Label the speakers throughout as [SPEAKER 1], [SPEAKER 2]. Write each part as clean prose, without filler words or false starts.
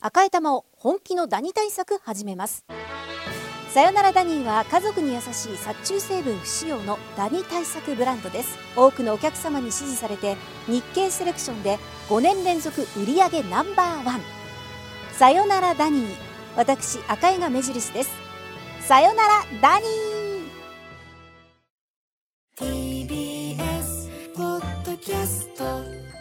[SPEAKER 1] 赤い玉を本気のダニ対策始めます。さよならダニーは家族に優しい殺虫成分不使用のダニ対策ブランドです。多くのお客様に支持されて日経セレクションで5年連続売上No.1。さよならダニー、私赤井が目印です。さよならダニ
[SPEAKER 2] ー。 TBS ポッドキャスト、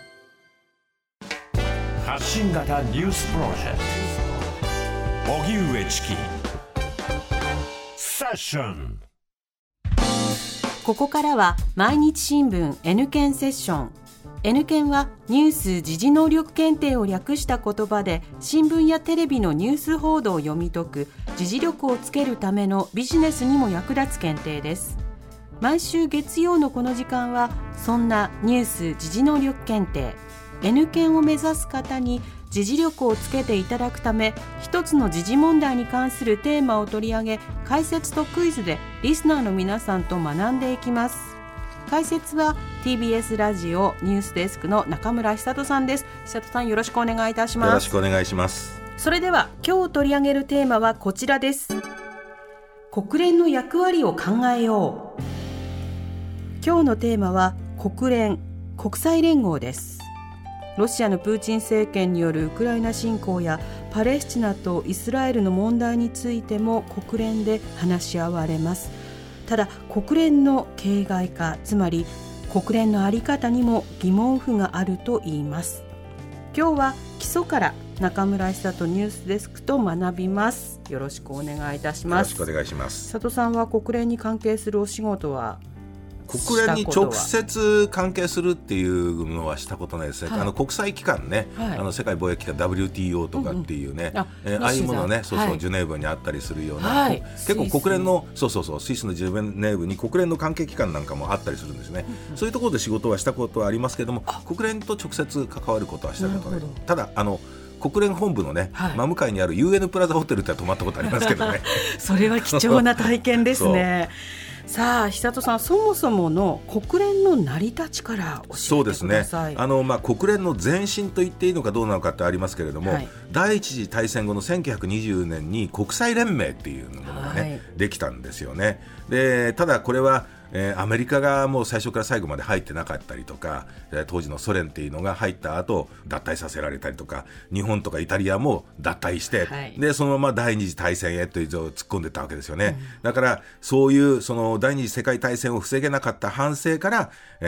[SPEAKER 3] 発信型ニュースプロジェクト荻上チキセッション。
[SPEAKER 4] ここからは毎日新聞 N 検セッション。N 検はニュース時事能力検定を略した言葉で、新聞やテレビのニュース報道を読み解く時事力をつけるためのビジネスにも役立つ検定です。毎週月曜のこの時間は、そんなニュース時事能力検定 N 検を目指す方に時事力をつけていただくため、一つの時事問題に関するテーマを取り上げ、解説とクイズでリスナーの皆さんと学んでいきます。解説は TBS ラジオニュースデスクの中村久人さんです。久人さん、よろしくお願いいたします。
[SPEAKER 5] よろしくお願いします。
[SPEAKER 4] それでは今日取り上げるテーマはこちらです。国連の役割を考えよう。今日のテーマは国連、国際連合です。ロシアのプーチン政権によるウクライナ侵攻やパレスチナとイスラエルの問題についても国連で話し合われます。ただ、国連の形骸化、つまり国連の在り方にも疑問符があるといいます。今日は基礎から中村久人ニュースデスクと学びます。よろしくお願いいたします。
[SPEAKER 5] よろしくお願いします。
[SPEAKER 4] 佐藤さんは国連に関係するお仕事は？
[SPEAKER 5] 国連に直接関係するっていうのはしたことないですね、はい、国際機関ね、はい、世界貿易機関 WTO とかっていうね、ああいうものね、そうそう、はい、ジュネーブにあったりするような、はい、結構国連のスイスのジュネーブに国連の関係機関なんかもあったりするんですね、そういうところで仕事はしたことはありますけれども、国連と直接関わることはしたことない。ただ国連本部のね、はい、真向かいにある UN プラザホテルって泊まったことありますけどね
[SPEAKER 4] それは貴重な体験ですねさあ、久人さん、そもそもの国連の成り立ちから教えてください。
[SPEAKER 5] そうですね、国連の前身と言っていいのかどうなのかってありますけれども、はい、第一次大戦後の1920年に国際連盟っていうものがね、はい、できたんですよね。で、ただこれはアメリカがもう最初から最後まで入ってなかったりとか、当時のソ連っていうのが入った後脱退させられたりとか、日本とかイタリアも脱退して、はい、でそのまま第二次大戦へという突っ込んでいったわけですよね、だからそういうその第二次世界大戦を防げなかった反省から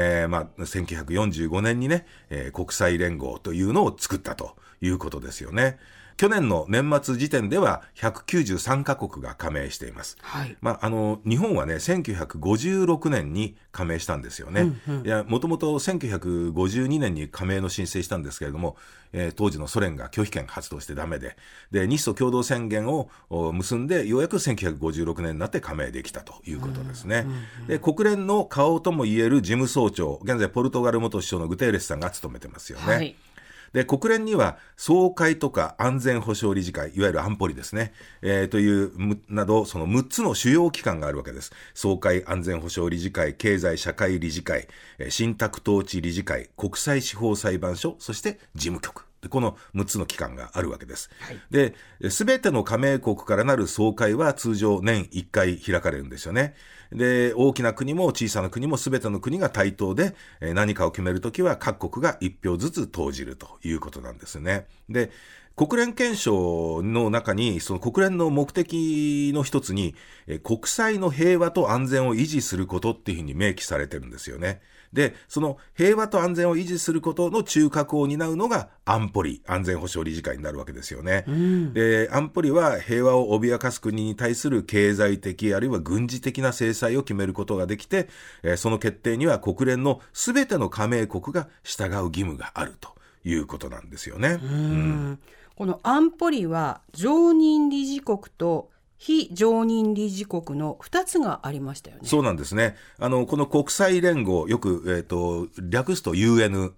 [SPEAKER 5] 、1945年にね、国際連合というのを作ったということですよね。去年の年末時点では193カ国が加盟しています、はい。日本はね、1956年に加盟したんですよね、もともと1952年に加盟の申請したんですけれども、当時のソ連が拒否権発動してダメで、日ソ共同宣言を結んで、ようやく1956年になって加盟できたということですね、で国連の顔ともいえる事務総長、現在ポルトガル元首相のグテーレスさんが務めてますよね、はい。で国連には総会とか安全保障理事会、いわゆる安保理ですね、というなど、その6つの主要機関があるわけです。総会、安全保障理事会、経済社会理事会、信託統治理事会、国際司法裁判所、そして事務局、この6つの機関があるわけです、はい。で、全ての加盟国からなる総会は通常年1回開かれるんですよね。で、大きな国も小さな国も全ての国が対等で、何かを決めるときは各国が1票ずつ投じるということなんですね。で、国連憲章の中に、その国連の目的の一つに、国際の平和と安全を維持することっていうふうに明記されてるんですよね。で、その平和と安全を維持することの中核を担うのが安保理、安全保障理事会になるわけですよね、で、安保理は平和を脅かす国に対する経済的あるいは軍事的な制裁を決めることができて、その決定には国連のすべての加盟国が従う義務があるということなんですよね。
[SPEAKER 4] この安保理は常任理事国と非常任理事国の2つがありましたよね。
[SPEAKER 5] そうなんですね。この国際連合、よく、略すと UN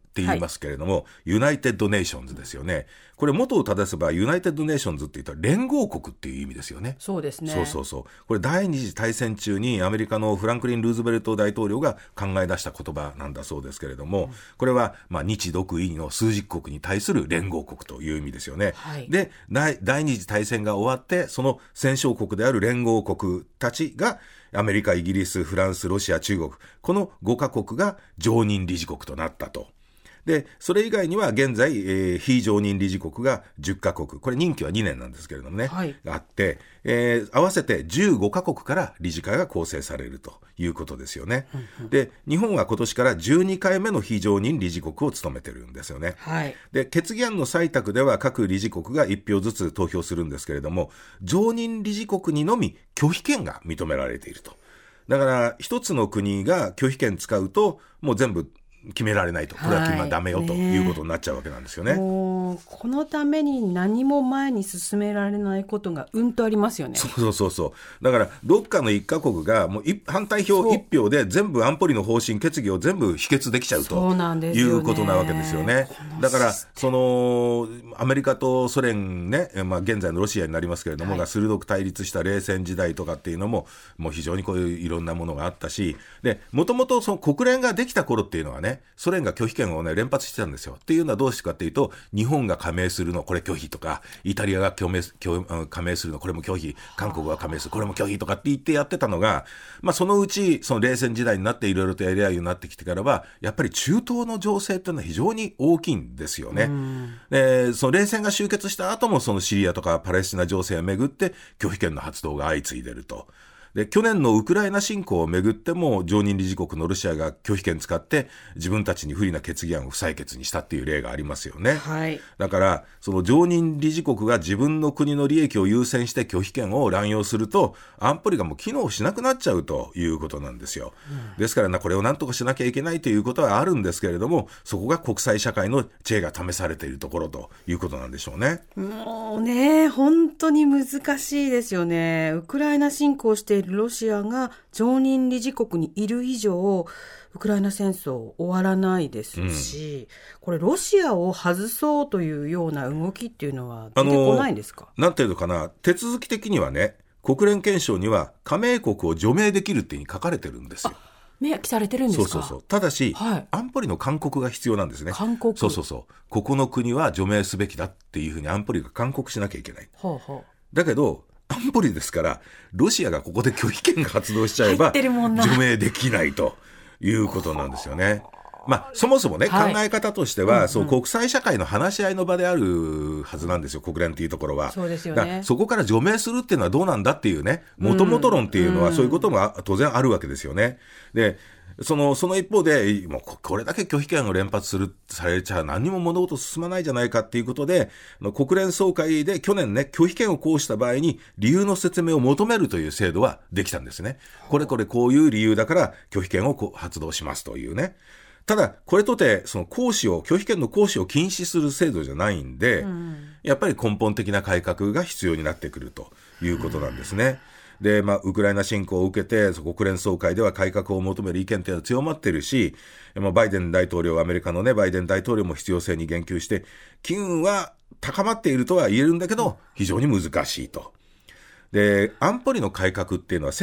[SPEAKER 5] って言いますけれども、ユナイテッドネーションズですよね。これ元を正せばユナイテッドネーションズって言ったら連合国っていう意味ですよね。
[SPEAKER 4] そうですね。
[SPEAKER 5] そうこれ第二次大戦中にアメリカのフランクリン・ルーズベルト大統領が考え出した言葉なんだそうですけれども、これは日独伊の数十国に対する連合国という意味ですよね。で、第二次大戦が終わって、その戦勝国である連合国たちがアメリカ、イギリス、フランス、ロシア、中国、この5カ国が常任理事国となったと。で、それ以外には現在、非常任理事国が10カ国、これ任期は2年なんですけれどもね、があって、合わせて15カ国から理事会が構成されるということですよね。で、日本は今年から12回目の非常任理事国を務めてるんですよね。で、決議案の採択では各理事国が1票ずつ投票するんですけれども、常任理事国にのみ拒否権が認められていると。だから一つの国が拒否権使うともう全部決められないと、これはダメよということになっちゃうわけなんですよね。
[SPEAKER 4] このために何も前に進められないことがとありますよね。
[SPEAKER 5] そうだからどっかの一カ国がもう反対票1票で全部安保理の方針決議を全部否決できちゃうということなわけですよね。だからアメリカとソ連ね、現在のロシアになりますけれども、が鋭く対立した冷戦時代とかっていうのももう非常にこういういろんなものがあったし、でもともとその国連ができた頃っていうのはね、ソ連が拒否権を連発してたんですよ。っていうのはどうしてかっていうと、日本が加盟するのこれ拒否とか、イタリアが加盟するのこれも拒否、韓国が加盟するこれも拒否とかって言ってやってたのが、そのうちその冷戦時代になっていろいろとやり合うようになってきてからは、やっぱり中東の情勢っていうのは非常に大きいんですよね。で、その冷戦が終結した後もそのシリアとかパレスチナ情勢をめぐって拒否権の発動が相次いでると。で、去年のウクライナ侵攻をめぐっても常任理事国のロシアが拒否権使って自分たちに不利な決議案を不採決にしたっていう例がありますよね。だからその常任理事国が自分の国の利益を優先して拒否権を乱用すると安保理がもう機能しなくなっちゃうということなんですよ。ですからこれを何とかしなきゃいけないということはあるんですけれども、そこが国際社会の知恵が試されているところということなんでしょうね。
[SPEAKER 4] もうね、本当に難しいですよね。ウクライナ侵攻してロシアが常任理事国にいる以上、ウクライナ戦争終わらないですし、これロシアを外そうというような動きっていうのは出てこないんですか？
[SPEAKER 5] なんていうのかな、手続き的にはね、国連憲章には加盟国を除名できるっていうふうに書かれてるんですよ。
[SPEAKER 4] 明記されてるんですか？
[SPEAKER 5] ただし、安保理の勧告が必要なんですね。
[SPEAKER 4] 勧告？
[SPEAKER 5] ここの国は除名すべきだっていうふうに安保理が勧告しなきゃいけない。だけど安保理ですから、ロシアがここで拒否権が発動しちゃえば除名できないということなんですよね。そもそもね、考え方としては、国際社会の話し合いの場であるはずなんですよ、国連っていうところは。
[SPEAKER 4] そうですよね。
[SPEAKER 5] そこから除名するっていうのはどうなんだっていうね、元々論っていうのはそういうことも当然あるわけですよね。で、その一方で、もうこれだけ拒否権を連発されちゃ何にも物事進まないじゃないかっていうことで、国連総会で去年ね、拒否権を行使した場合に理由の説明を求めるという制度はできたんですね。こういう理由だから拒否権を発動しますというね。ただこれとてその拒否権の行使を禁止する制度じゃないんで、やっぱり根本的な改革が必要になってくるということなんですね。で、ウクライナ侵攻を受けて国連総会では改革を求める意見というのは強まっているし、バイデン大統領、アメリカのねバイデン大統領も必要性に言及して、機運は高まっているとは言えるんだけど非常に難しいと。で、安保理の改革っていうのは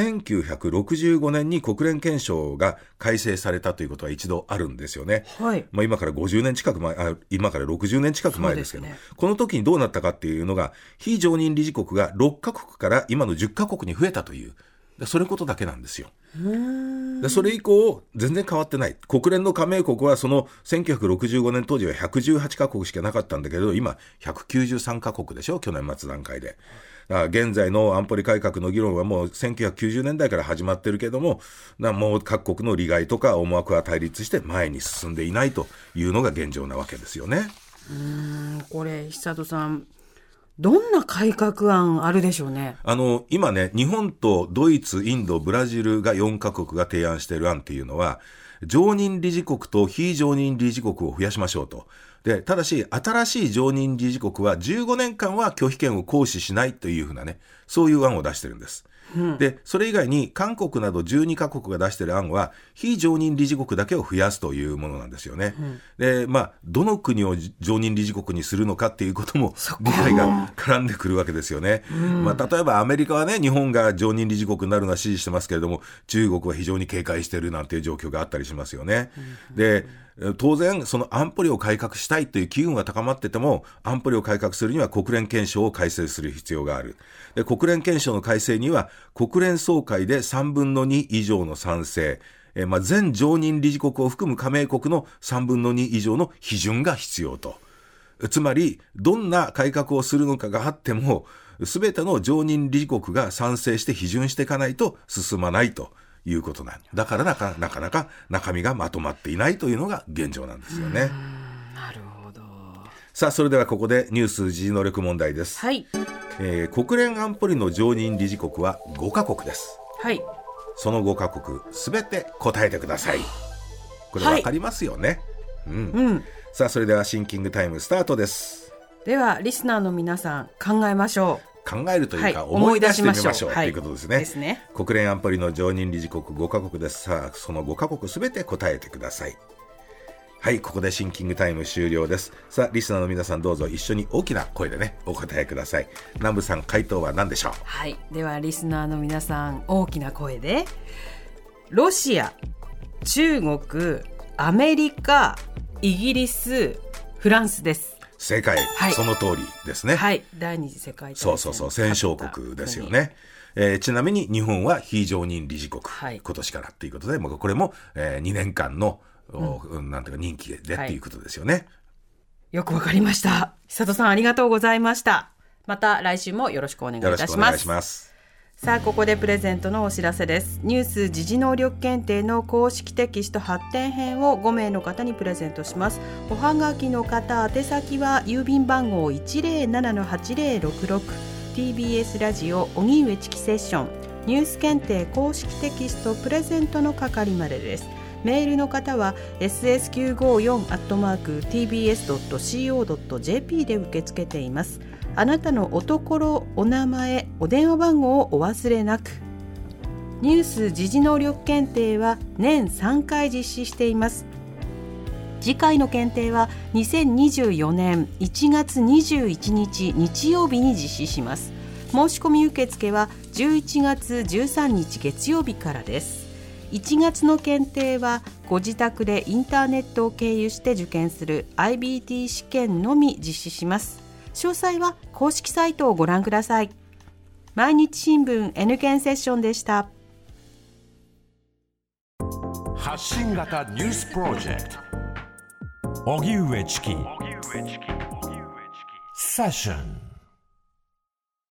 [SPEAKER 5] 1965年に国連憲章が改正されたということは一度あるんですよね。今から50年近く前、今から60年近く前ですけど、この時にどうなったかっていうのが、非常任理事国が6カ国から今の10カ国に増えたという、それことだけなんですよ。で、それ以降全然変わってない。国連の加盟国はその1965年当時は118カ国しかなかったんだけど、今193カ国でしょ、去年末段階で。現在の安保理改革の議論はもう1990年代から始まってるけども、もう各国の利害とか思惑が対立して前に進んでいないというのが現状なわけですよね。
[SPEAKER 4] これ久人さん、どんな改革案あるでしょうね。
[SPEAKER 5] 今ね、日本とドイツ、インド、ブラジルが4カ国が提案している案っていうのは、常任理事国と非常任理事国を増やしましょうと。 でただし新しい常任理事国は15年間は拒否権を行使しないというふうなね、そういう案を出してるんです。でそれ以外に韓国など12カ国が出している案は非常任理事国だけを増やすというものなんですよね。でどの国を常任理事国にするのかっていうことも理解が絡んでくるわけですよね。例えばアメリカはね、日本が常任理事国になるのは支持してますけれども、中国は非常に警戒しているなんていう状況があったりしますよね。で当然その安保理を改革したいという機運が高まってても、安保理を改革するには国連憲章を改正する必要がある。で国連憲章の改正には国連総会で3分の2以上の賛成、全常任理事国を含む加盟国の3分の2以上の批准が必要と。つまりどんな改革をするのかがあっても、すべての常任理事国が賛成して批准していかないと進まないということなんだから、なかなか中身がまとまっていないというのが現状なんですよね。
[SPEAKER 4] なるほど。
[SPEAKER 5] さあそれではここでニュース時事能力問題です。
[SPEAKER 4] はい。
[SPEAKER 5] 国連安保理の常任理事国は5カ国です。
[SPEAKER 4] はい。
[SPEAKER 5] その5カ国すべて答えてください。これ分かりますよね。さあそれではシンキングタイムスタートです。
[SPEAKER 4] ではリスナーの皆さん考えましょう。
[SPEAKER 5] 考えるというか、思い出してみましょうということですね。
[SPEAKER 4] ですね。
[SPEAKER 5] 国連安保理の常任理事国5カ国です。さあその5カ国すべて答えてください。はい、ここでシンキングタイム終了です。さあリスナーの皆さんどうぞ一緒に大きな声でねお答えください。南部さん回答は何でしょう。
[SPEAKER 4] はい、ではリスナーの皆さん大きな声で、ロシア、中国、アメリカ、イギリス、フランスです。
[SPEAKER 5] 正解、はい、その通りですね。
[SPEAKER 4] はい、第二次世界大戦
[SPEAKER 5] そう戦勝国ですよね。ちなみに日本は非常任理事国、はい、今年からということで、これも、2年間のなんていうか任期でっていうことですよね。はい、
[SPEAKER 4] よくわかりました。久里さんありがとうございました。また来週もよろしくお願いいたします。
[SPEAKER 5] よろしくお願いします。
[SPEAKER 4] さあここでプレゼントのお知らせです。ニュース時事能力検定の公式テキスト発展編を5名の方にプレゼントします。おはがきの方、宛先は郵便番号 107-8066 TBS ラジオ荻上チキセッションニュース検定公式テキストプレゼントの係までです。メールの方は ss954@tbs.co.jp で受け付けています。あなたのおところ、お名前、お電話番号をお忘れなく。ニュース時事能力検定は年3回実施しています。次回の検定は2024年1月21日日曜日に実施します。申し込み受付は11月13日月曜日からです。1月の検定はご自宅でインターネットを経由して受験する IBT 試験のみ実施します。詳細は公式サイトをご覧ください。毎日新聞 N 検セッションでした。
[SPEAKER 3] 発信型ニュースプロジェクト荻上チキセッション